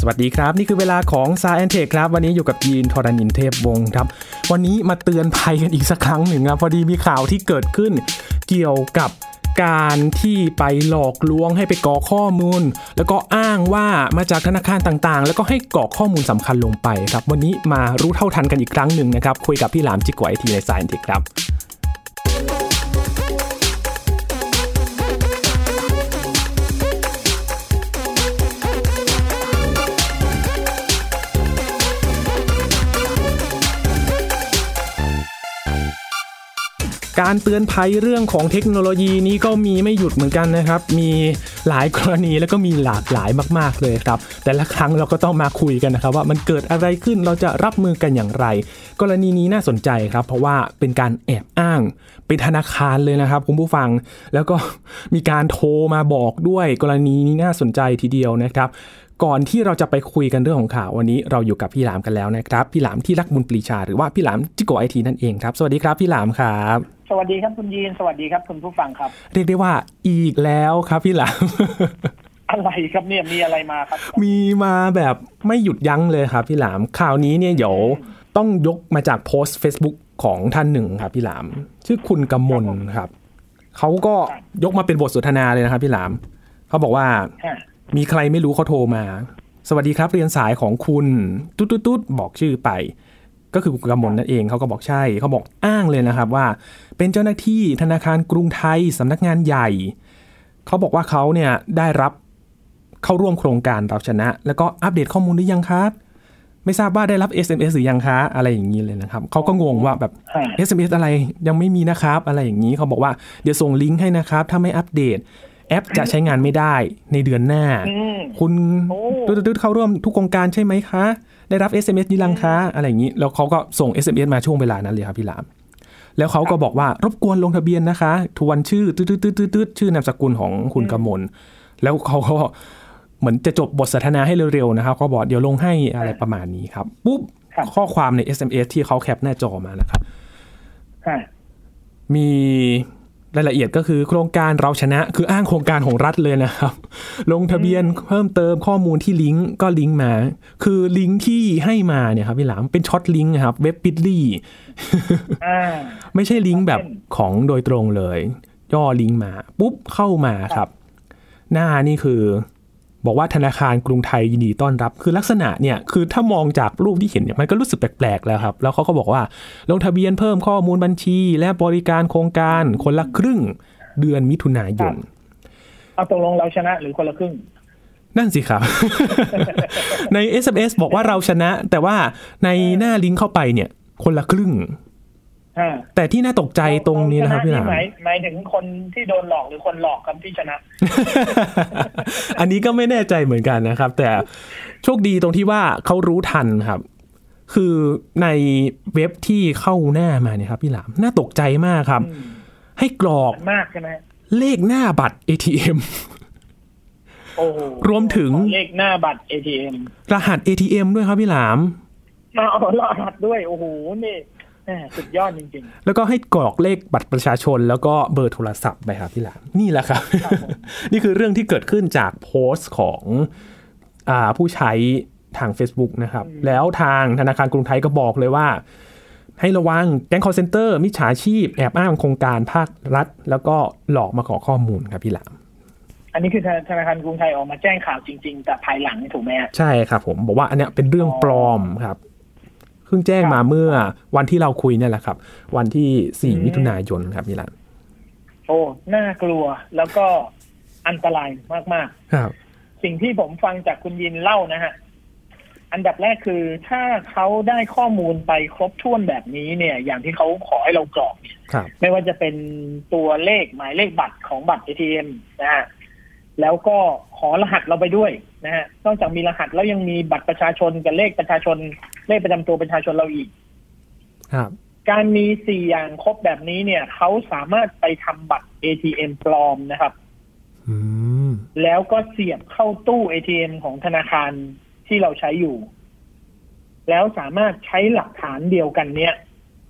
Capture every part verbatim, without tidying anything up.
สวัสดีครับนี่คือเวลาของ Science Tech ครับวันนี้อยู่กับยีนทรณินเทพวงศ์ครับวันนี้มาเตือนภัยกันอีกสักครั้งหนึ่งครับพอดีมีข่าวที่เกิดขึ้นเกี่ยวกับการที่ไปหลอกลวงให้ไปกรอกข้อมูลแล้วก็อ้างว่ามาจากธนาคารต่างๆแล้วก็ให้กรอกข้อมูลสำคัญลงไปครับวันนี้มารู้เท่าทันกันอีกครั้งหนึ่งนะครับคุยกับพี่หลามจิกก๋วยทีใน Science Tech ครับการเตือนภัยเรื่องของเทคโนโลยีนี้ก็มีไม่หยุดเหมือนกันนะครับมีหลายกรณีแล้วก็มีหลากหลายมากๆเลยครับแต่ละครั้งเราก็ต้องมาคุยกันนะครับว่ามันเกิดอะไรขึ้นเราจะรับมือกันอย่างไรกรณีนี้น่าสนใจครับเพราะว่าเป็นการแอบอ้างเป็นธนาคารเลยนะครับคุณผู้ฟังแล้วก็มีการโทรมาบอกด้วยกรณีนี้น่าสนใจทีเดียวนะครับก่อนที่เราจะไปคุยกันเรื่องของข่าววันนี้เราอยู่กับพี่หลามกันแล้วนะครับพี่หลามที่รักบุญปรีชาหรือว่าพี่หลามจิโกไอทีนั่นเองครับสวัสดีครับพี่หลามครับสวัสดีครับคุณยีนสวัสดีครับคุณผู้ฟังครับเรียกได้ว่าอีกแล้วครับพี่หลามอะไรครับเนี่ยมีอะไรมาครับมีมาแบบไม่หยุดยั้งเลยครับพี่หลามข่าวนี้เนี่ยเดี๋ยวต้องยกมาจากโพสต์ Facebook ของท่านหนึ่งครับพี่หลามชื่อคุณกำมลครับเขาก็ยกมาเป็นบทสนทนาเลยนะครับพี่หลามเขาบอกว่ามีใครไม่รู้เขาโทรมาสวัสดีครับเรียนสายของคุณตุ๊ดๆๆบอกชื่อไปก็คือคุณกำมลนั่นเองเขาก็บอกใช่เขาบอกอ้างเลยนะครับว่าเป็นเจ้าหน้าที่ธนาคารกรุงไทยสำนักงานใหญ่เขาบอกว่าเขาเนี่ยได้รับเข้าร่วมโครงการเราชนะแล้วก็อัปเดตข้อมูลหรือยังครับไม่ทราบว่าได้รับ เอส เอ็ม เอส หรือยังคะอะไรอย่างนี้เลยนะครับเขาก็งงว่าแบบ เอส เอ็ม เอส อะไรยังไม่มีนะครับอะไรอย่างนี้เขาบอกว่าเดี๋ยวส่งลิงก์ให้นะครับถ้าไม่อัปเดตแอปจะใช้งานไม่ได้ในเดือนหน้าคุณตุ๊ดๆเข้าร่วมทุกโครงการใช่ไหมคะได้รับ เอส เอ็ม เอส นี้ลังคะอะไรอย่างนี้แล้วเขาก็ส่ง เอส เอ็ม เอส มาช่วงเวลานั้นเลยครับพี่หลามแล้วเขาก็บอกว่ารบกวนลงทะเบียนนะคะทวนชื่อตืดๆๆๆชื่อนามสกุลของคุณกมลแล้วเขาก็เหมือนจะจบบทสนทนาให้เร็วๆนะครับเขาบอกเดี๋ยวลงให้อะไรประมาณนี้ครับปุ๊บข้อความใน เอส เอ็ม เอส ที่เขาแคปหน้าจอมานะครับมีรายละเอียดก็คือโครงการเราชนะคืออ้างโครงการของรัฐเลยนะครับลงทะเบียนเพิ่มเติมข้อมูลที่ลิงก์ก็ลิงก์มาคือลิงก์ที่ให้มาเนี่ยครับพี่หลามเป็นช็อตลิงก์ครับเว็บ Bitly ไม่ใช่ลิงก์แบบของโดยตรงเลยย่อลิงก์มาปุ๊บเข้ามาครับหน้านี่คือบอกว่าธนาคารกรุงไทยยินดีต้อนรับคือลักษณะเนี่ยคือถ้ามองจากรูปที่เห็นเนี่ยมันก็รู้สึกแปลกๆแล้วครับแล้วเขาก็บอกว่าลงทะเบียนเพิ่มข้อมูลบัญชีและบริการโครงการคนละครึ่งเดือนมิถุนายนเอาตกลงเราชนะหรือคนละครึ่งนั่นสิครับ ใน เอส เอ็ม เอส บอกว่าเราชนะแต่ว่าในหน้าลิงก์เข้าไปเนี่ยคนละครึ่งแต่ที่น่าตกใจตรงนี้นะครับพี่หลามหมายหมายถึงคนที่โดนหลอกหรือคนหลอกครับที่ชนะอันนี้ก็ไม่แน่ใจเหมือนกันนะครับแต่โชคดีตรงที่ว่าเขารู้ทันครับคือในเว็บที่เข้าหน้ามาเนี่ยครับพี่หลามน่าตกใจมากครับให้กรอกมากใช่ไหมเลขหน้าบัตร เอ ที เอ็มโอ้รวมถึงเลขหน้าบัตร เอ ที เอ็มรหัส เอ ที เอ็ม ด้วยครับพี่หลามอ๋อรหัสด้วยโอ้โหนี่สุดยอดจริงๆแล้วก็ให้กรอกเลขบัตรประชาชนแล้วก็เบอร์โทรศัพท์ไปครับพี่หลามนี่แหละครับ นี่คือเรื่องที่เกิดขึ้นจากโพสต์ของอ่าผู้ใช้ทาง Facebook นะครับแล้วทางธนาคารกรุงไทยก็บอกเลยว่าให้ระวังแก๊ง call center มิจฉาชีพแอบอ้างโครงการภาครัฐแล้วก็หลอกมาขอข้อมูลครับพี่หลามอันนี้คือธนาคารกรุงไทยออกมาแจ้งข่าวจริงๆแต่ภายหลังถูกไหมใช่ครับผมบอกว่าอันเนี้ยเป็นเรื่องปลอมครับเพิ่งแจ้งมาเมื่อวันที่เราคุยนี่แหละครับวันที่สี่มิถุนายนครับพี่หลามโอ้น่ากลัวแล้วก็อันตรายมากๆครับสิ่งที่ผมฟังจากคุณยินเล่านะฮะอันดับแรกคือถ้าเขาได้ข้อมูลไปครบถ้วนแบบนี้เนี่ยอย่างที่เขาขอให้เรากรอกเนี่ยไม่ว่าจะเป็นตัวเลขหมายเลขบัตรของบัตร เอ ที เอ็ม นะฮะแล้วก็ขอรหัสเราไปด้วยนะฮะนอกจากมีรหัสแล้วยังมีบัตรประชาชนกับเลขประชาชนเลขประจำตัวประชาชนเราอีกครับการมีสี่อย่างครบแบบนี้เนี่ยเขาสามารถไปทำบัตร เอ ที เอ็ม ปลอมนะครับแล้วก็เสียบเข้าตู้ เอ ที เอ็ม ของธนาคารที่เราใช้อยู่แล้วสามารถใช้หลักฐานเดียวกันเนี้ย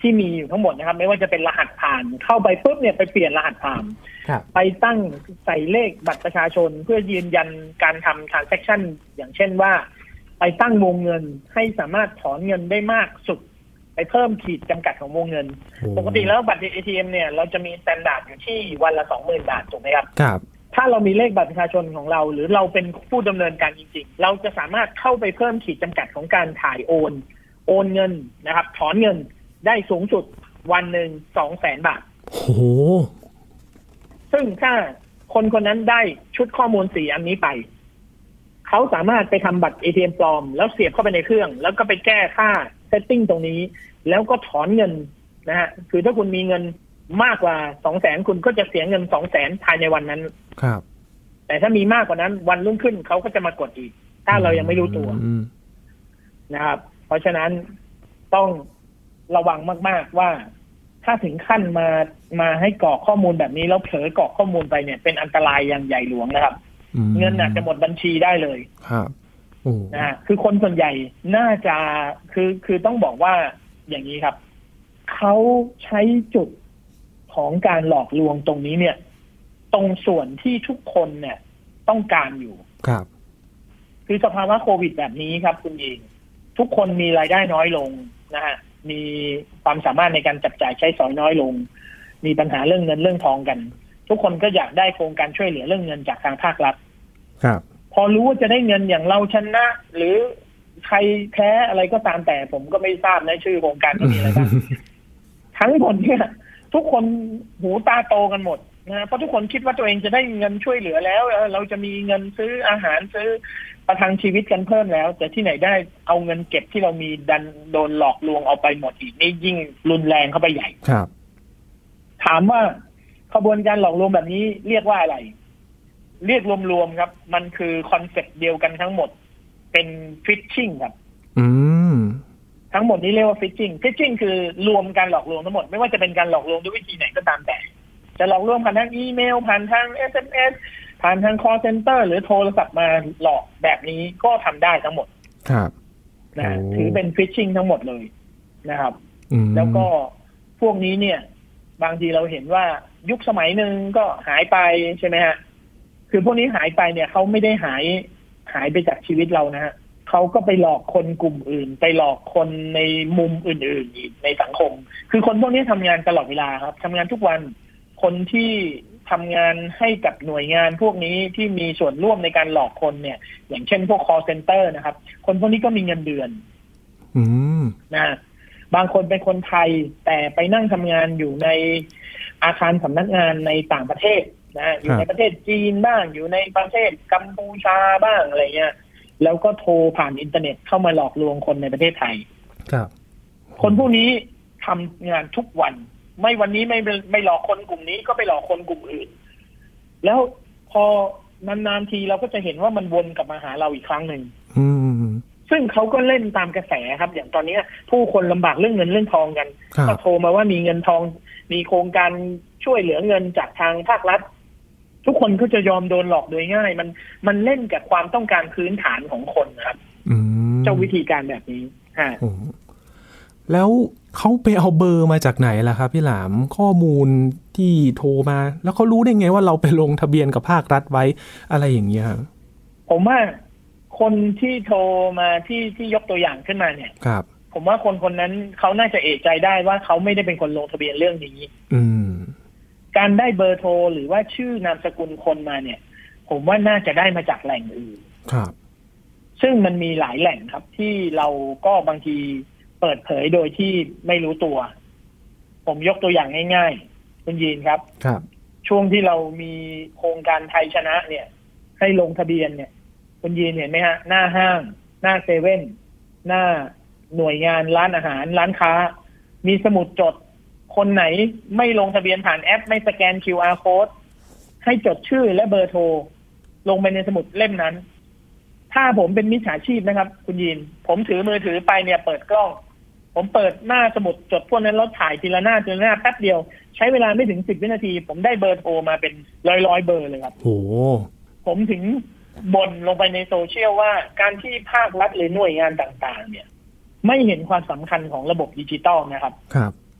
ที่มีอยู่ทั้งหมดนะครับไม่ว่าจะเป็นรหัสผ่านเข้าไปปุ๊บเนี่ยไปเปลี่ยนรหัสผ่านไปตั้งใส่เลขบัตรประชาชนเพื่อยืนยันการทำ transaction อย่างเช่นว่าไปตั้งวงเงินให้สามารถถอนเงินได้มากสุดไปเพิ่มขีดจำกัดของวงเงินปกติแล้วบัตร เอ ที เอ็ม เนี่ยเราจะมีสแตนดาร์ดอยู่ที่วันละ สองหมื่น บาทถูกไหมครับครับถ้าเรามีเลขบัตรประชาชนของเราหรือเราเป็นผู้ดำเนินการจริงๆเราจะสามารถเข้าไปเพิ่มขีดจำกัดของการถ่ายโอนโอนเงินนะครับถอนเงินได้สูงสุดวันหนึ่ง สองแสน บาทโอ้โหซึ่งถ้าคนคนนั้นได้ชุดข้อมูลสี่อันนี้ไปเขาสามารถไปทำบัตร เอ ที เอ็ม ปลอมแล้วเสียบเข้าไปในเครื่องแล้วก็ไปแก้ค่าเซตติ้งตรงนี้แล้วก็ถอนเงินนะฮะคือถ้าคุณมีเงินมากกว่า สองแสน คุณก็จะเสียเงิน สองแสน ภายในวันนั้นครับแต่ถ้ามีมากกว่านั้นวันรุ่งขึ้นเขาก็จะมากดอีกถ้าเรายังไม่รู้ตัวนะครับเพราะฉะนั้นต้องระวังมากๆว่าถ้าถึงขั้นมามาให้กรอกข้อมูลแบบนี้แล้วเผลอกรอกข้อมูลไปเนี่ยเป็นอันตรายอย่างใหญ่หลวงนะครับเงินอาจจะหมดบัญชีได้เลยครับนะฮะคือคนส่วนใหญ่น่าจะคือคือต้องบอกว่าอย่างนี้ครับเขาใช้จุดของการหลอกลวงตรงนี้เนี่ยตรงส่วนที่ทุกคนเนี่ยต้องการอยู่ครับคือสภาวะโควิดแบบนี้ครับคุณเองทุกคนมีรายได้น้อยลงนะฮะมีความสามารถในการจับจ่ายใช้สอยน้อยลงมีปัญหาเรื่องเงินเรื่องทองกันทุกคนก็อยากได้โครงการช่วยเหลือเรื่องเงินจากทางภาครัฐครับพอรู้ว่าจะได้เงินอย่างเราชนะหรือใครแพ้อะไรก็ตามแต่ผมก็ไม่ทราบนะชื่อโครงการมีอะไรบ้าง ทั้งหมดเนี่ยทุกคนหูตาโตกันหมดนะเพราะทุกคนคิดว่าตัวเองจะได้เงินช่วยเหลือแล้วเราจะมีเงินซื้ออาหารซื้อประทังชีวิตกันเพิ่มแล้วแต่ที่ไหนได้เอาเงินเก็บที่เรามีดันโดนหลอกลวงเอาไปหมดอีกนี่ยิ่งรุนแรงเข้าไปใหญ่ครับถามว่าขบวนการหลอกลวงแบบนี้เรียกว่าอะไรเรียกรวมๆครับมันคือคอนเซ็ปต์เดียวกันทั้งหมดเป็นฟิชชิ่งครับอืมทั้งหมดนี้เรียกว่าฟิชชิ่งฟิชชิ่งคือรวมการหลอกลวงทั้งหมดไม่ว่าจะเป็นการหลอกลวงด้วยวิธีไหนก็ตามแต่จะหลอกลวงผ่านทางอีเมลผ่านทาง เอส เอ็ม เอส ผ่านทาง call center หรือโทรศัพท์มาหลอกแบบนี้ก็ทำได้ทั้งหมดครับนะถือเป็นฟิชชิ่งทั้งหมดเลยนะครับแล้วก็พวกนี้เนี่ยบางทีเราเห็นว่ายุคสมัยหนึ่งก็หายไปใช่ไหมฮะคือพวกนี้หายไปเนี่ยเขาไม่ได้หายหายไปจากชีวิตเรานะฮะเขาก็ไปหลอกคนกลุ่มอื่นไปหลอกคนในมุมอื่นๆอีกในสังคมคือคนพวกนี้ทำงานตลอดเวลาครับทำงานทุกวันคนที่ทำงานให้กับหน่วยงานพวกนี้ที่มีส่วนร่วมในการหลอกคนเนี่ยอย่างเช่นพวก call center นะครับคนพวกนี้ก็มีเงินเดือนนะบางคนเป็นคนไทยแต่ไปนั่งทำงานอยู่ในอาคารสำนักงานในต่างประเทศนะอยู่ในประเทศจีนบ้างอยู่ในประเทศกัมพูชาบ้างอะไรเงี้ยแล้วก็โทรผ่านอินเทอร์เน็ตเข้ามาหลอกลวงคนในประเทศไทยครับคนพวกนี้ทำงานทุกวันไม่วันนี้ไม่ไม่หลอกคนกลุ่มนี้ก็ไปหลอกคนกลุ่มอื่นแล้วพอนานๆทีเราก็จะเห็นว่ามันวนกลับมาหาเราอีกครั้งหนึ่งซึ่งเขาก็เล่นตามกระแสครับอย่างตอนนี้ผู้คนลำบากเรื่องเงินเรื่องทองกันก็โทรมาว่ามีเงินทองมีโครงการช่วยเหลือเงินจากทางภาครัฐทุกคนก็จะยอมโดนหลอกโดยง่ายมันมันเล่นกับความต้องการพื้นฐานของคนนะครับเจ้าวิธีการแบบนี้ฮะแล้วเขาไปเอาเบอร์มาจากไหนล่ะครับพี่หลามข้อมูลที่โทรมาแล้วเขารู้ได้ไงว่าเราไปลงทะเบียนกับภาครัฐไว้อะไรอย่างเงี้ยผมว่าคนที่โทรมาที่ที่ยกตัวอย่างขึ้นมาเนี่ยครับผมว่าคนคนนั้นเขาน่าจะเอะใจได้ว่าเขาไม่ได้เป็นคนลงทะเบียนเรื่องนี้อืมการได้เบอร์โทรหรือว่าชื่อนามสกุลคนมาเนี่ยผมว่าน่าจะได้มาจากแหล่งอื่นครับซึ่งมันมีหลายแหล่งครับที่เราก็บางทีเปิดเผยโดยที่ไม่รู้ตัวผมยกตัวอย่างง่ายๆคุณยีนครับครับช่วงที่เรามีโครงการไทยชนะเนี่ยให้ลงทะเบียนเนี่ยคุณยีนเห็นไหมฮะหน้าห้างหน้าเซเว่นหน้าหน่วยงานร้านอาหารร้านค้ามีสมุดจดคนไหนไม่ลงทะเบียนผ่านแอปไม่สแกน คิว อาร์ Code ให้จดชื่อและเบอร์โทรลงไปในสมุดเล่มนั้นถ้าผมเป็นมิจฉาชีพนะครับคุณยีนผมถือมือถือไปเนี่ยเปิดกล้องผมเปิดหน้าสมุดจดพวกนั้นแล้วถ่ายทีละหน้าทีละหน้าแป๊บเดียวใช้เวลาไม่ถึงสิบวินาทีผมได้เบอร์โทรมาเป็นร้อยๆเบอร์เลยครับโอ้ผมถึงบ่นลงไปในโซเชียลว่าการที่ภาครัฐหรือหน่วยงานต่างๆเนี่ยไม่เห็นความสำคัญของระบบดิจิตอลนะครับครับ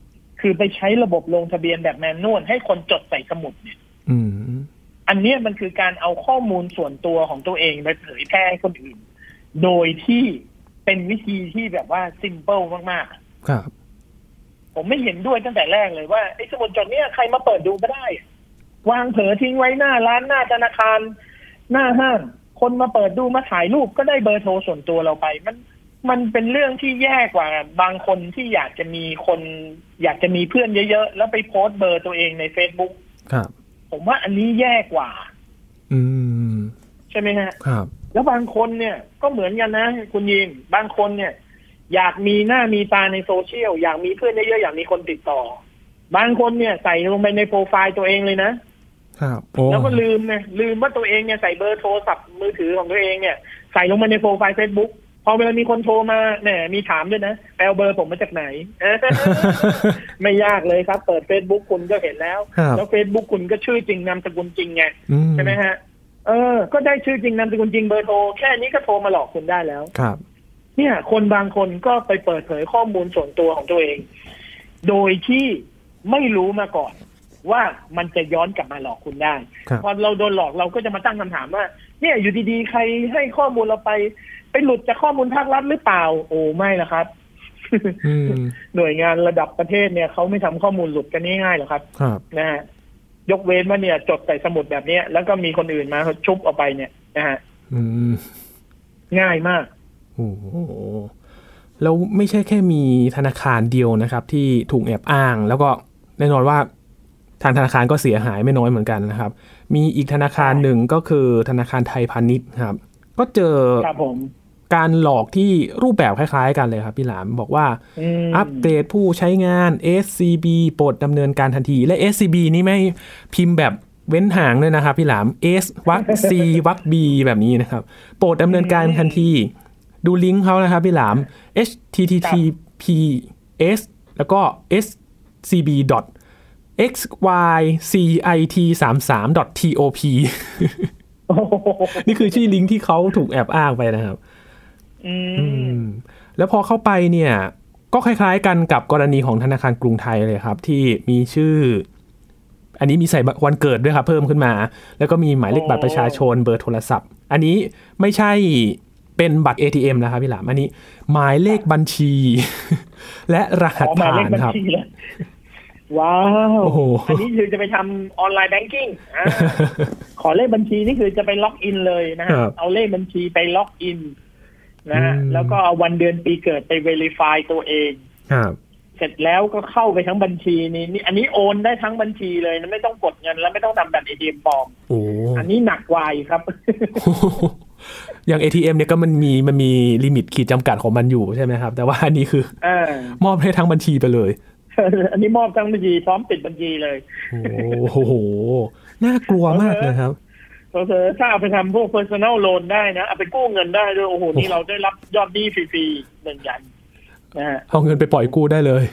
คือไปใช้ระบบลงทะเบียนแบบแมนนวลให้คนจดใส่สมุดเนี่ยอืมอันนี้มันคือการเอาข้อมูลส่วนตัวของตัวเองไปเผยแพร่ให้คนอื่นโดยที่เป็นวิธีที่แบบว่าซิมเปิลมากๆครับผมไม่เห็นด้วยตั้งแต่แรกเลยว่าไอ้สมุดจดเนี้ยใครมาเปิดดูก็ได้วางเผลอทิ้งไว้หน้าร้านหน้าธนาคารหน้าห้างคนมาเปิดดูมาถ่ายรูปก็ได้เบอร์โทรส่วนตัวเราไปมันมันเป็นเรื่องที่แย่กว่าบางคนที่อยากจะมีคนอยากจะมีเพื่อนเยอะๆแล้วไปโพสต์เบอร์ตัวเองใน Facebook ครับผมว่าอันนี้แย่กว่าอืมใช่ไหมฮะครับแล้วบางคนเนี่ยก็เหมือนกันนะคุณยิงบางคนเนี่ยอยากมีหน้ามีตาในโซเชียลอยากมีเพื่อนเยอะๆอยากมีคนติดต่อบางคนเนี่ยใส่ลงไปในโปรไฟล์ตัวเองเลยนะครับแล้วก็ลืมเนี่ยลืมว่าตัวเองเนี่ยใส่เบอร์โทรศัพท์มือถือของตัวเองเนี่ยใส่ลงไปในโปรไฟล์ Facebook พอเวลามีคนโทรมาเนี่ยมีถามด้วยนะแปลเบอร์ผมมาจากไหน ไม่ยากเลยครับเปิด Facebook คุณก็เห็นแล้วแล้ว Facebook คุณก็ชื่อจริงนามสกุลจริงไงใช่ไหมฮะเออก็ได้ชื่อจริงนามสกุลจริงเบอร์โทรแค่นี้ก็โทรมาหลอกคุณได้แล้วครับเนี่ยคนบางคนก็ไปเปิดเผยข้อมูลส่วนตัวของตัวเองโดยที่ไม่รู้มาก่อนว่ามันจะย้อนกลับมาหลอกคุณได้พอเราโดนหลอกเราก็จะมาตั้งคำถามว่าเนี่ยอยู่ดีๆใครให้ข้อมูลเราไปไปหลุดจากข้อมูลภาครัฐหรือเปล่าโอ้ไม่ละครับ หน่วยงานระดับประเทศเนี่ยเขาไม่ทำข้อมูลหลุดกันง่ายๆหรอกครับนะฮะยกเว้นว่าเนี่ยจดใส่สมุดแบบนี้แล้วก็มีคนอื่นมาชุบเอาไปเนี่ยนะฮะง่ายมากโอ้โหแล้วไม่ใช่แค่มีธนาคารเดียวนะครับที่ถูกแอบอ้างแล้วก็แน่นอนว่าทางธนาคารก็เสียหายไม่น้อยเหมือนกันนะครับมีอีกธนาคารหนึ่งก็คือธนาคารไทยพาณิชย์ครับก็เจอการหลอกที่รูปแบบคล้ายๆกันเลยครับพี่หลามบอกว่าอัปเกรดผู้ใช้งาน เอส ซี บี โปรดดำเนินการทันทีและ เอส ซี บี นี่ไม่พิมพ์แบบเว้นห่างด้วยนะครับพี่หลาม S วรรค C วรรค B แบบนี้นะครับโปรดดำเนินการทันทีดูลิงก์เขานะครับพี่หลาม เอช ที ที ที พี เอส แล้วก็ เอส ซี บี ดอท เอ็กซ์ วาย ซี ไอ ที สามสิบสาม ดอท ที โอ พี นี่คือชื่อลิงก์ที่เขาถูกแอบอ้างไปนะครับอืมแล้วพอเข้าไปเนี่ยก็คล้ายๆกันกับกรณีของธนาคารกรุงไทยเลยครับที่มีชื่ออันนี้มีใส่วันเกิดด้วยครับเพิ่มขึ้นมาแล้วก็มีหมายเลขบัตรประชาชนเบอร์โทรศัพท์อันนี้ไม่ใช่เป็นบัตร เอ ที เอ็ม นะครับพี่หลามอันนี้หมายเลขบัญชีและรหัสผ่านครับว้าวอันนี้คือจะไปทำออนไลน์แบงกิ้งขอเลขบัญชีนี่คือจะไปล็อกอินเลยนะฮะเอาเลขบัญชีไปล็อกอินนะฮะแล้วก็เอาวันเดือนปีเกิดไป verify ตัวเองเสร็จแล้วก็เข้าไปทั้งบัญชีนี้นี่อันนี้โอนได้ทั้งบัญชีเลยนะไม่ต้องกดเงินแล้วไม่ต้องทำแบบ เอ ที เอ็ม ปลอมอันนี้หนักกว่าครับอย่าง เอ ที เอ็ม เนี่ยก็มันมีมันมีลิมิตขีดจำกัดของมันอยู่ใช่ไหมครับแต่ว่าอันนี้คือมอบให้ทั้งบัญชีไปเลยอันนี้มอบทั้งบัญชีพร้อมปิดบัญชีเลยโอ้โหน่ากลัวมากเลยครับเออถ้าเอาไปทำพวก personal loan ได้นะเอาไปกู้เงินได้ด้วยโอ้โหนี่เราได้รับยอดหนี้ฟรีๆหนึ่งยันนะฮะเอาเงินไปปล่อยกู้ได้เลย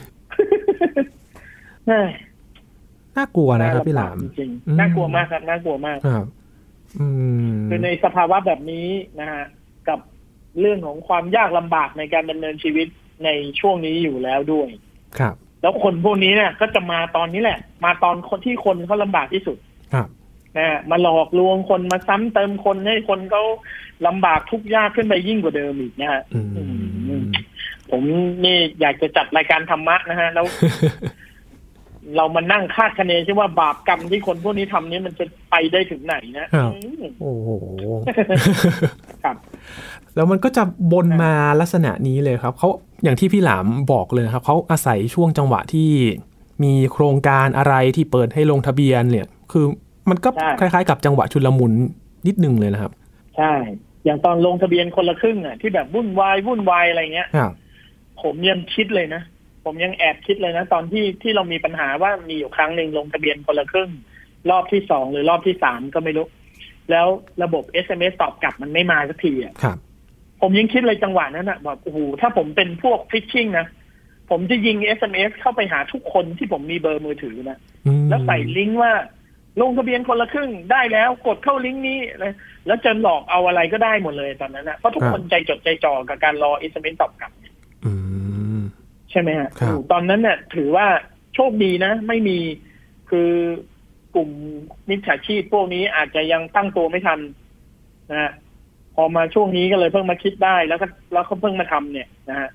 น่ากลัวนะครับพี่หลามจริงๆน่ากลัวมากครับน่ากลัวมากครับคือในสภาวะแบบนี้นะฮะกับเรื่องของความยากลำบากในการดำเนินชีวิตในช่วงนี้อยู่แล้วด้วยครับแล้วคนพวกนี้เนี่ยก็จะมาตอนนี้แหละมาตอนคนที่คนเขาลำบากที่สุดครับนะมาหลอกลวงคนมาซ้ำเติมคนให้คนเขาลำบากทุกข์ยากขึ้นไปยิ่งกว่าเดิมอีกนะฮะผมนี่อยากจะจัดรายการธรรมะนะฮะแล้ว เรามานั่งคาดคะเนใช่ว่าบาปกรรมที่คนพวกนี้ทำนี้มันจะไปได้ถึงไหนนะโอ้โหครับแล้วมันก็จะบนมาลักษณะนี้เลยครับเขาอย่างที่พี่หลามบอกเลยครับเขาอาศัยช่วงจังหวะที่มีโครงการอะไรที่เปิดให้ลงทะเบียนเนี่ยคือมันก็คล้ายๆกับจังหวะชุลมุนนิดนึงเลยนะครับใช่อย่างตอนลงทะเบียนคนละครึ่งอ่ะที่แบบวุ่นวายวุ่นวายอะไรเงี้ยผมยังคิดเลยนะผมยังแอบคิดเลยนะตอนที่ที่เรามีปัญหาว่ามีอยู่ครั้งหนึ่งลงทะเบียนคนละครึ่งรอบที่สองหรือรอบที่สามก็ไม่รู้แล้วระบบ เอส เอ็ม เอส ตอบกลับมันไม่มาสักทีอ่ะผมยังคิดเลยจังหวะนั้นนะแบบโอ้โหถ้าผมเป็นพวกฟิชชิ่งนะผมจะยิง เอส เอ็ม เอส เข้าไปหาทุกคนที่ผมมีเบอร์มือถือนะแล้วใส่ลิงก์ว่าลงทะเบียนคนละครึ่งได้แล้วกดเข้าลิงก์นี้เลยแล้วจะหลอกเอาอะไรก็ได้หมดเลยตอนนั้นนะเพราะทุกคนใจจดใจจ่อกับการรอ เอส เอ็ม เอส ตอบกลับใช่ไหมฮะตอนนั้นเนี่ยถือว่าโชคดีนะไม่มีคือกลุ่มมิจฉาชีพพวกนี้อาจจะยังตั้งตัวไม่ทันนะฮะพอมาช่วงนี้ก็เลยเพิ่งมาคิดได้แล้วก็แล้วเขาเพิ่งมาทำเนี่ยนะฮะ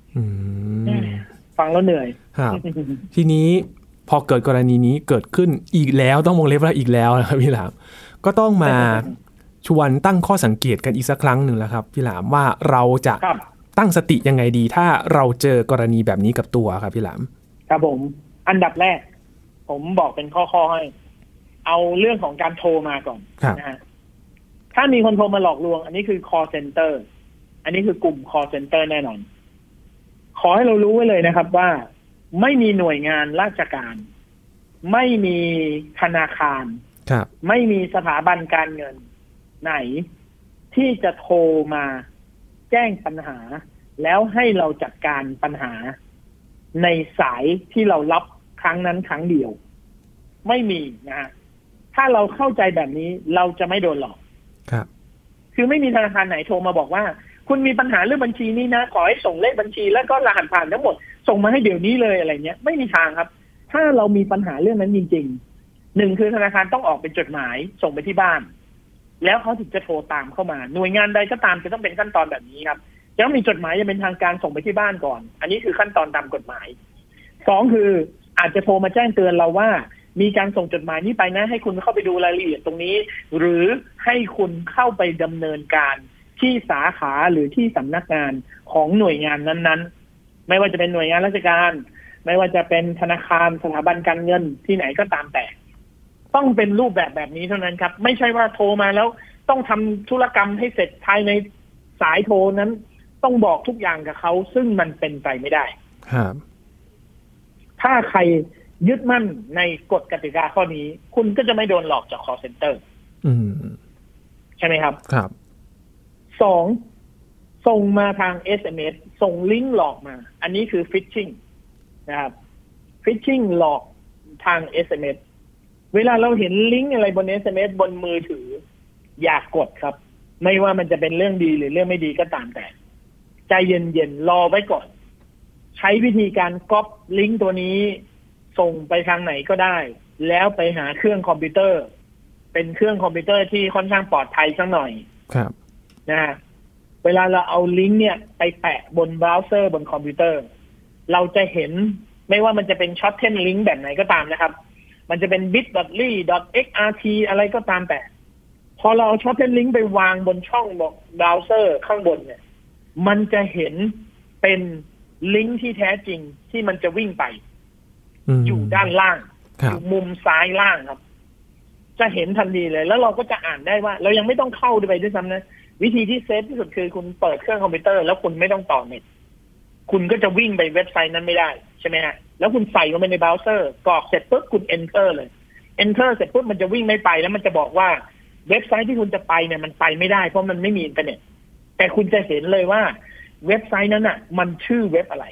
ฟังแล้วเหนื่อยครับทีนี้พอเกิดกรณีนี้เกิดขึ้นอีกแล้วต้องวงเล็บว่าอีกแล้วนะครับพี่หลามก็ต้องมาชวนตั้งข้อสังเกตกันอีกสักครั้งหนึ่งแล้วครับพี่หลามว่าเราจะตั้งสติยังไงดีถ้าเราเจอกรณีแบบนี้กับตัวครับพี่หลามครับผมอันดับแรกผมบอกเป็นข้อๆให้เอาเรื่องของการโทรมาก่อนนะฮะถ้ามีคนโทรมาหลอกลวงอันนี้คือ call center อันนี้คือกลุ่ม call center แน่นอนขอให้เรารู้ไว้เลยนะครับว่าไม่มีหน่วยงานราชการไม่มีธนาคารไม่มีสถาบันการเงินไหนที่จะโทรมาแจ้งปัญหาแล้วให้เราจัดการปัญหาในสายที่เรารับครั้งนั้นครั้งเดียวไม่มีนะฮะถ้าเราเข้าใจแบบนี้เราจะไม่โดนหลอกครับคือไม่มีธนาคารไหนโทรมาบอกว่าคุณมีปัญหาเรื่องบัญชีนี้นะขอให้ส่งเลขบัญชีแล้วก็รหัสผ่านทั้งหมดส่งมาให้เดี๋ยวนี้เลยอะไรเงี้ยไม่มีทางครับถ้าเรามีปัญหาเรื่องนั้นจริงๆหนึ่งคือธนาคารต้องออกเป็นจดหมายส่งไปที่บ้านแล้วเขาถึงจะโทรตามเข้ามาหน่วยงานใดก็ตามจะต้องเป็นขั้นตอนแบบนี้ครับจะต้องมีจดหมายจะเป็นทางการส่งไปที่บ้านก่อนอันนี้คือขั้นตอนตามกฎหมายสองคืออาจจะโทรมาแจ้งเตือนเราว่ามีการส่งจดหมายนี้ไปนะให้คุณเข้าไปดูรายละเอียดตรงนี้หรือให้คุณเข้าไปดำเนินการที่สาขาหรือที่สำนักงานของหน่วยงานนั้นๆไม่ว่าจะเป็นหน่วยงานราชการไม่ว่าจะเป็นธนาคารสถาบันการเงินที่ไหนก็ตามแต่ต้องเป็นรูปแบบแบบนี้เท่านั้นครับไม่ใช่ว่าโทรมาแล้วต้องทำธุรกรรมให้เสร็จภายในสายโทรนั้นต้องบอกทุกอย่างกับเขาซึ่งมันเป็นไปไม่ได้ครับถ้าใครยึดมั่นในกฎกติกาข้อนี้คุณก็จะไม่โดนหลอกจาก call center อืมใช่ไหมครับครับสองส่งมาทาง เอส เอ็ม เอส ส่งลิงก์หลอกมาอันนี้คือ phishing นะครับ phishing หลอกทาง เอส เอ็ม เอส เวลาเราเห็นลิงก์อะไรบน เอส เอ็ม เอส บนมือถืออย่ากกดครับไม่ว่ามันจะเป็นเรื่องดีหรือเรื่องไม่ดีก็ตามแต่ใจเย็นๆรอไว้ก่อนใช้วิธีการก๊อปลิงก์ตัวนี้ส่งไปทางไหนก็ได้แล้วไปหาเครื่องคอมพิวเตอร์เป็นเครื่องคอมพิวเตอร์ที่ค่อนข้างปลอดภัยสักหน่อยครับนะฮะเวลาเราเอาลิงก์เนี่ยไปแปะบนเบราว์เซอร์บนคอมพิวเตอร์เราจะเห็นไม่ว่ามันจะเป็นช็อตเทนลิงก์แบบไหนก็ตามนะครับมันจะเป็น bit dot l y dot x r t อะไรก็ตามแต่พอเราเอาช็อตเทนลิงก์ไปวางบนช่องเบราว์เซอร์ข้างบนเนี่ยมันจะเห็นเป็นลิงก์ที่แท้จริงที่มันจะวิ่งไปอยู่ด้านล่างอยู่มุมซ้ายล่างครับจะเห็นทันทีเลยแล้วเราก็จะอ่านได้ว่าเรายังไม่ต้องเข้าไปด้วยซ้ำนะวิธีที่เซฟที่สุดคือคุณเปิดเครื่องคอมพิวเตอร์แล้วคุณไม่ต้องต่อเน็ตคุณก็จะวิ่งไปเว็บไซต์นั้นไม่ได้ใช่ไหมฮะแล้วคุณใส่ลงไปในเบราว์เซอร์กรอกเสร็จปุ๊บคุณ enter เลย enter เสร็จปุ๊บมันจะวิ่งไม่ไปแล้วมันจะบอกว่าเว็บไซต์ที่คุณจะไปเนี่ยมันไปไม่ได้เพราะมันไม่มีอินเทอร์เน็ตแต่คุณจะเห็นเลยว่าเว็บไซต์นั้นอ่ะมันชื่อเว็บอะไร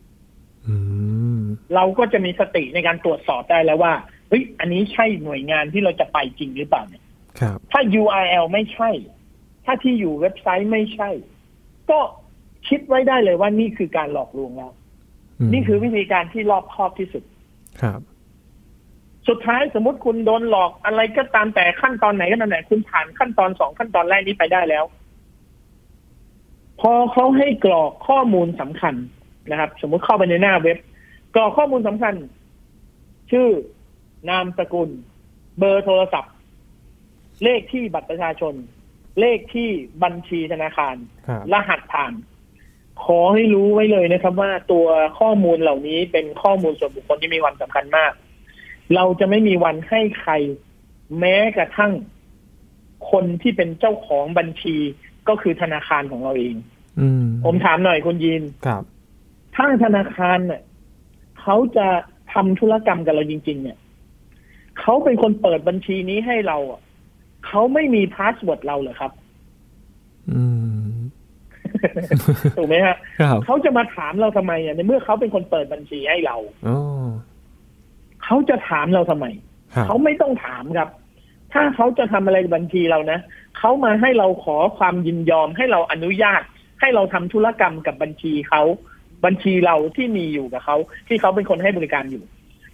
เราก็จะมีสติในการตรวจสอบได้แล้วว่าเฮ้ยอันนี้ใช่หน่วยงานที่เราจะไปจริงหรือเปล่าเนี่ยถ้า ยู อาร์ แอล ไม่ใช่ถ้าที่อยู่เว็บไซต์ไม่ใช่ก็คิดไว้ได้เลยว่านี่คือการหลอกลวงแล้วนี่คือวิธีการที่รอบคอบที่สุดครับสุดท้ายสมมติคุณโดนหลอกอะไรก็ตามแต่ขั้นตอนไหนก็ตามแต่คุณผ่านขั้นตอนสองขั้นตอนแรกนี้ไปได้แล้วพอเขาให้กรอกข้อมูลสำคัญนะครับสมมติเข้าไปในหน้าเว็บกรอกข้อมูลสำคัญชื่อนามสกุลเบอร์โทรศัพท์เลขที่บัตรประชาชนเลขที่บัญชีธนาคารรหัสผ่านขอให้รู้ไว้เลยนะครับว่าตัวข้อมูลเหล่านี้เป็นข้อมูลส่วนบุคคลที่มีความสำคัญมากเราจะไม่มีวันให้ใครแม้กระทั่งคนที่เป็นเจ้าของบัญชีก็คือธนาคารของเราเองผมถามหน่อยคุณยินครับถ้าธนาคารเนี่ยเขาจะทำธุรกรรมกับเราจริงๆเนี่ยเขาเป็นคนเปิดบัญชีนี้ให้เราอ่ะเขาไม่มีพาสเวิร์ดเราเหรอครับอืมถูกไหมฮะเขาจะมาถามเราทำไมอ่ะในเมื่อเขาเป็นคนเปิดบัญชีให้เราเขาจะถามเราทำไมเขาไม่ต้องถามครับถ้าเขาจะทำอะไรกับบัญชีเรานะเขามาให้เราขอความยินยอมให้เราอนุญาตให้เราทำธุรกรรมกับบัญชีเขาบัญชีเราที่มีอยู่กับเขาที่เขาเป็นคนให้บริการอยู่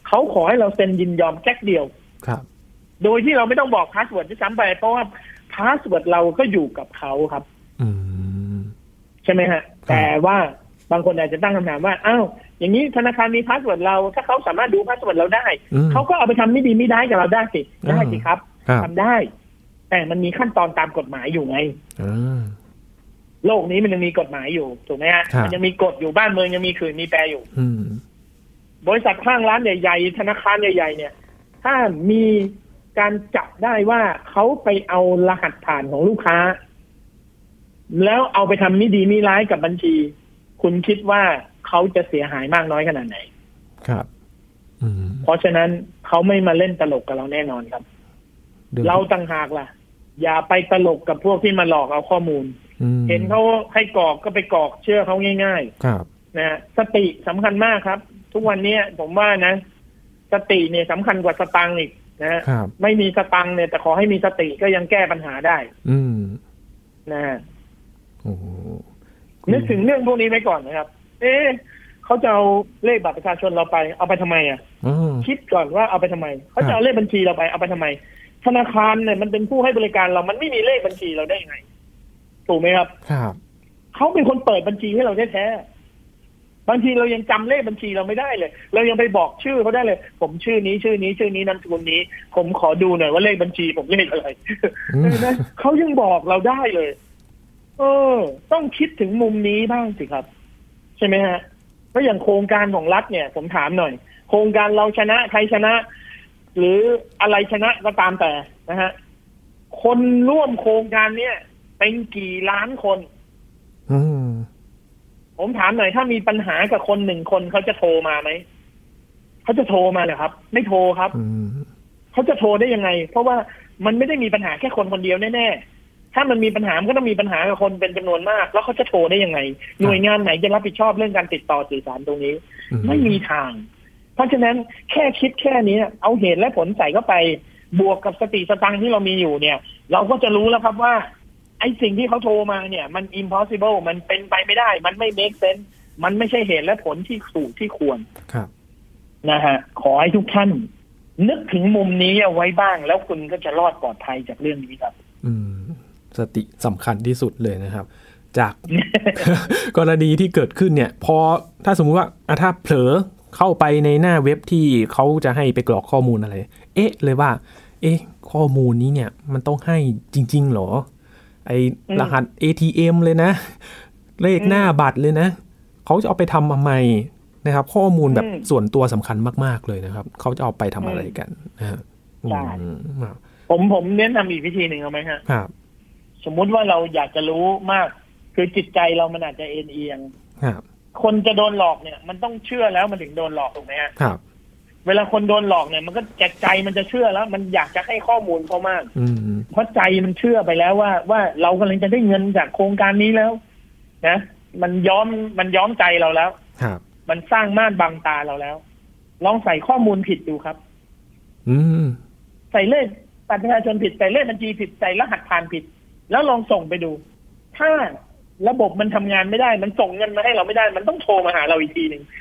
เขาขอให้เราเซ็นยินยอมแค่เดียวครับโดยที่เราไม่ต้องบอกพาสเวิร์ดที่ซ้ำไปเพราะว่าพาสเวิร์ดเราก็อยู่กับเขาครับอืมใช่ไหมฮะแต่ว่าบางคนอาจจะตั้งคำถามว่าอ้าวอย่างนี้ธนาคารมีพาสเวิร์ดเราถ้าเขาสามารถดูพาสเวิร์ดเราได้เขาก็เอาไปทำไม่ดีไม่ได้กับเราได้สิได้สิครับทำได้แต่มันมีขั้นตอนตามกฎหมายอยู่ไงโลกนี้มันยังมีกฎหมายอยู่ถูกไหมฮะมันยังมีกฎอยู่บ้านเมืองยังมีขื่อมีแปรอยู่บริษัทห้างร้านใหญ่ๆธนาคารใหญ่ๆเนี่ยถ้ามีการจับได้ว่าเขาไปเอารหัสผ่านของลูกค้าแล้วเอาไปทำไม่ดีไม่ร้ายกับบัญชีคุณคิดว่าเขาจะเสียหายมากน้อยขนาดไหนครับเพราะฉะนั้นเขาไม่มาเล่นตลกกับเราแน่นอนครับเราต่างหากล่ะอย่าไปตลกกับพวกที่มาหลอกเอาข้อมูลเห็นเขาให้กรอกก็ไปกรอกเชื่อเขาง่ายๆครับนะสติสำคัญมากครับทุกวันนี้ผมว่านะสติเนี่ยสำคัญกว่าสตังค์อีกนะไม่มีสตังค์เนี่ยแต่ขอให้มีสติก็ยังแก้ปัญหาได้อืมนะโอ้นึกถึงเรื่องพวกนี้ไว้ก่อนนะครับเอ๊ะเขาจะเอาเลขบัตรประชาชนเราไปเอาไปทำไมอ่ะคิดก่อนว่าเอาไปทำไมเขาจะเอาเลขบัญชีเราไปเอาไปทำไมธนาคารเนี่ยมันเป็นผู้ให้บริการเรามันไม่มีเลขบัญชีเราได้ยังไงถูกไหมครับครับเขาเป็นคนเปิดบัญชีให้เราแท้ๆบางทีเรายังจำเลขบัญชีเราไม่ได้เลยเรายังไปบอกชื่อเขาได้เลยผมชื่อนี้ชื่อนี้ชื่อนี้นามสกุลนี้ผมขอดูหน่อยว่าเลขบัญชีผมเลขอะไรนะเขายังบอกเราได้เลยเออต้องคิดถึงมุมนี้บ้างสิครับใช่ไหมฮะเพราะอย่างโครงการของรัฐเนี่ยผมถามหน่อยโครงการเราชนะใครชนะหรืออะไรชนะก็ตามแต่นะฮะคนร่วมโครงการเนี่ยเป็นกี่ล้านคนอืมผมถามหน่อยถ้ามีปัญหากับคนหนึ่งคนเขาจะโทรมาไหมเขาจะโทรมาเหรอครับไม่โทรครับเขาจะโทรได้ยังไงเพราะว่ามันไม่ได้มีปัญหาแค่คนคนเดียวแน่ๆถ้ามันมีปัญหามันก็ต้องมีปัญหากับคนเป็นจำนวนมากแล้วเขาจะโทรได้ยังไงหน่วยงานไหนจะรับผิดชอบเรื่องการติดต่อสื่อสารตรงนี้ไม่มีทางเพราะฉะนั้นแค่คิดแค่นี้เอาเหตุและผลใส่เข้าไปบวกกับสติสตังค์ที่เรามีอยู่เนี่ยเราก็จะรู้แล้วครับว่าไอ้สิ่งที่เขาโทรมาเนี่ยมัน impossible มันเป็นไปไม่ได้มันไม่ make sense มันไม่ใช่เหตุและผลที่ถูกที่ควรครับนะฮะขอให้ทุกท่านนึกถึงมุมนี้เอาไว้บ้างแล้วคุณก็จะรอดปลอดภัยจากเรื่องนี้ครับอืมสติสำคัญที่สุดเลยนะครับจาก กรณีที่เกิดขึ้นเนี่ยพอถ้าสมมุติว่าถ้าเผลอเข้าไปในหน้าเว็บที่เขาจะให้ไปกรอกข้อมูลอะไรเอ๊ะเลยว่าเอ๊ะข้อมูลนี้เนี่ยมันต้องให้จริงๆหรอไอ้รหัส เอ ที เอ็ม เลยนะเลขหน้าบัตรเลยนะเขาจะเอาไปทำทำไมนะครับข้อมูลแบบส่วนตัวสำคัญมากๆเลยนะครับเขาจะเอาไปทำอะไรกันนะฮะใช่ผมผมเน้นทำอีกวิธีหนึ่งเอาไหมฮะครับสมมุติว่าเราอยากจะรู้มากคือจิตใจเรามันอาจจะเอ็นเอียงครับคนจะโดนหลอกเนี่ยมันต้องเชื่อแล้วมันถึงโดนหลอกถูกไหมฮะครับเวลาคนโดนหลอกเนี่ยมันก็ใจใจมันจะเชื่อแล้วมันอยากจะให้ข้อมูลเขามากเพราะใจมันเชื่อไปแล้วว่าว่าเรากำลังจะได้เงินจากโครงการนี้แล้วนะมันย้อมมันย้อมใจเราแล้วครับมันสร้างม่านบังตาเราแล้วลองใส่ข้อมูลผิดดูครับอืมใส่เลขบัตรประชาชนผิดใส่เลขบัญชีผิดใส่รหัสผ่านผิดแล้วลองส่งไปดูถ้าระบบมันทำงานไม่ได้มันส่งเงินมาให้เราไม่ได้มันต้องโทรมาหาเราอีกทีหนึ่ง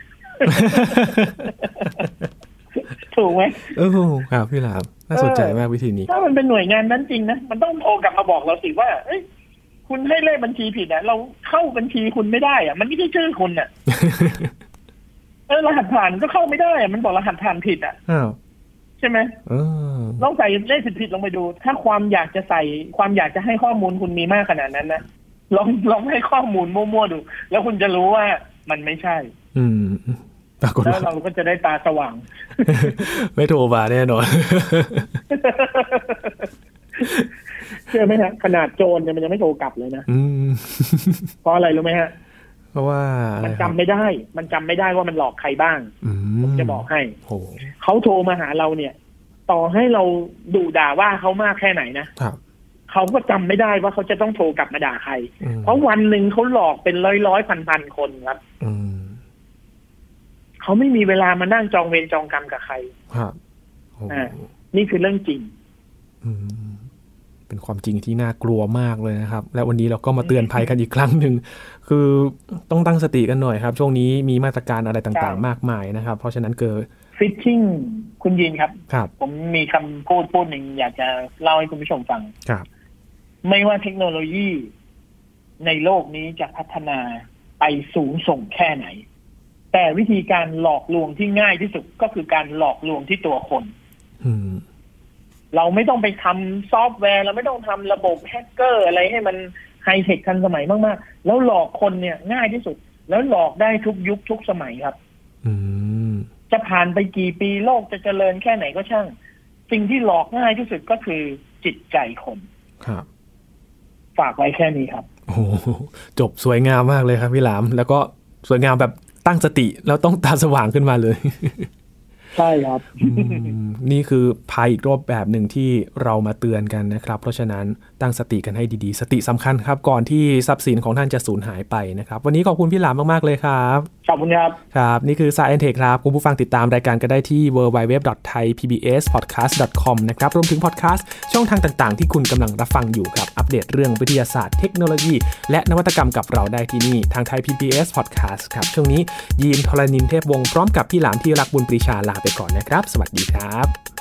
ถูกไหมเออครับพี่หลามน่าสนใจมากวิธีนี้ถ้ามันเป็นหน่วยงานนั้นจริงนะมันต้องโทรกลับมาบอกเราสิว่าเอ้ยคุณให้เลขบัญชีผิดนะเราเข้าบัญชีคุณไม่ได้อะมันไม่ใช่ชื่อคุณอ่ะ เออรหัสผ่านก็เข้าไม่ได้อะมันบอกรหัสผ่านผิดอ่ะใช่ไหมลองใส่เลขผิดๆลงไปดูถ้าความอยากจะใส่ความอยากจะให้ข้อมูลคุณมีมากขนาดนั้นนะลองลองให้ข้อมูลมั่วๆดูแล้วคุณจะรู้ว่ามันไม่ใช่อืมแล้วเราก็จะได้ตาสว่างไม่โทรมาแน่นอนเชื่อไหมฮะขนาดโจรเนี่ยมันยังไม่โทรกลับเลยนะเพราะอะไรรู้ไหมฮะเพราะว่ามันจำไม่ได้มันจำไม่ได้ว่ามันหลอกใครบ้างผมจะบอกให้เขาโทรมาหาเราเนี่ยต่อให้เราดุด่าว่าเขามากแค่ไหนนะเขาก็จำไม่ได้ว่าเขาจะต้องโทรกลับมาด่าใครเพราะวันหนึ่งเขาหลอกเป็นร้อยร้อยพันพันคนครับเขาไม่มีเวลามานั่งจองเวรจองกรรมกับใครครับอ่านี่คือเรื่องจริงเป็นความจริงที่น่ากลัวมากเลยนะครับและวันนี้เราก็มาเตือนภัยกันอีกครั้งหนึ่งคือต้องตั้งสติกันหน่อยครับช่วงนี้มีมาตรการอะไรต่างๆมากมายนะครับเพราะฉะนั้นเกิดฟิชชิ่งคุณยินครับครับผมมีคำพูดพูดหนึ่งอยากจะเล่าให้คุณผู้ชมฟังครับไม่ว่าเทคโนโลยีในโลกนี้จะพัฒนาไปสูงส่งแค่ไหนแต่วิธีการหลอกลวงที่ง่ายที่สุดก็คือการหลอกลวงที่ตัวคนเราไม่ต้องไปทำซอฟต์แวร์เราไม่ต้องทำระบบแฮกเกอร์อะไรให้มันไฮเทคทันสมัยมากๆแล้วหลอกคนเนี่ยง่ายที่สุดแล้วหลอกได้ทุกยุคทุกสมัยครับจะผ่านไปกี่ปีโลกจะเจริญแค่ไหนก็ช่างสิ่งที่หลอกง่ายที่สุดก็คือจิตใจคนครับฝากไว้แค่นี้ครับโอ้จบสวยงามมากเลยครับพี่หลามแล้วก็สวยงามแบบตั้งสติแล้วต้องตาสว่างขึ้นมาเลยใช่ครับนี่คือภัยอีกรูปแบบหนึ่งที่เรามาเตือนกันนะครับเพราะฉะนั้นตั้งสติกันให้ดีๆสติสำคัญครับก่อนที่ทรัพย์สินของท่านจะสูญหายไปนะครับวันนี้ขอบคุณพี่หลามมากๆเลยครับขอบคุณครับครับนี่คือ Science Tech ครับคุณผู้ฟังติดตามรายการก็ได้ที่ ดับเบิลยู ดับเบิลยู ดับเบิลยู ดอท ไทย พี บี เอส พอดแคสต์ ดอท คอม นะครับรวมถึงพอดแคสต์ช่องทางต่างๆที่คุณกำลังรับฟังอยู่ครับอัปเดตเรื่องวิทยาศาสตร์เทคโนโลยีและนวัตกรรมกับเราได้ที่นี่ทางไทย พี บี เอส Podcast ครับช่วงนี้ยีนทรณินเทพวงศ์พร้อมกับพี่หลามที่รักบุญปรีชาลาไปก่อนนะครับสวัสดีครับ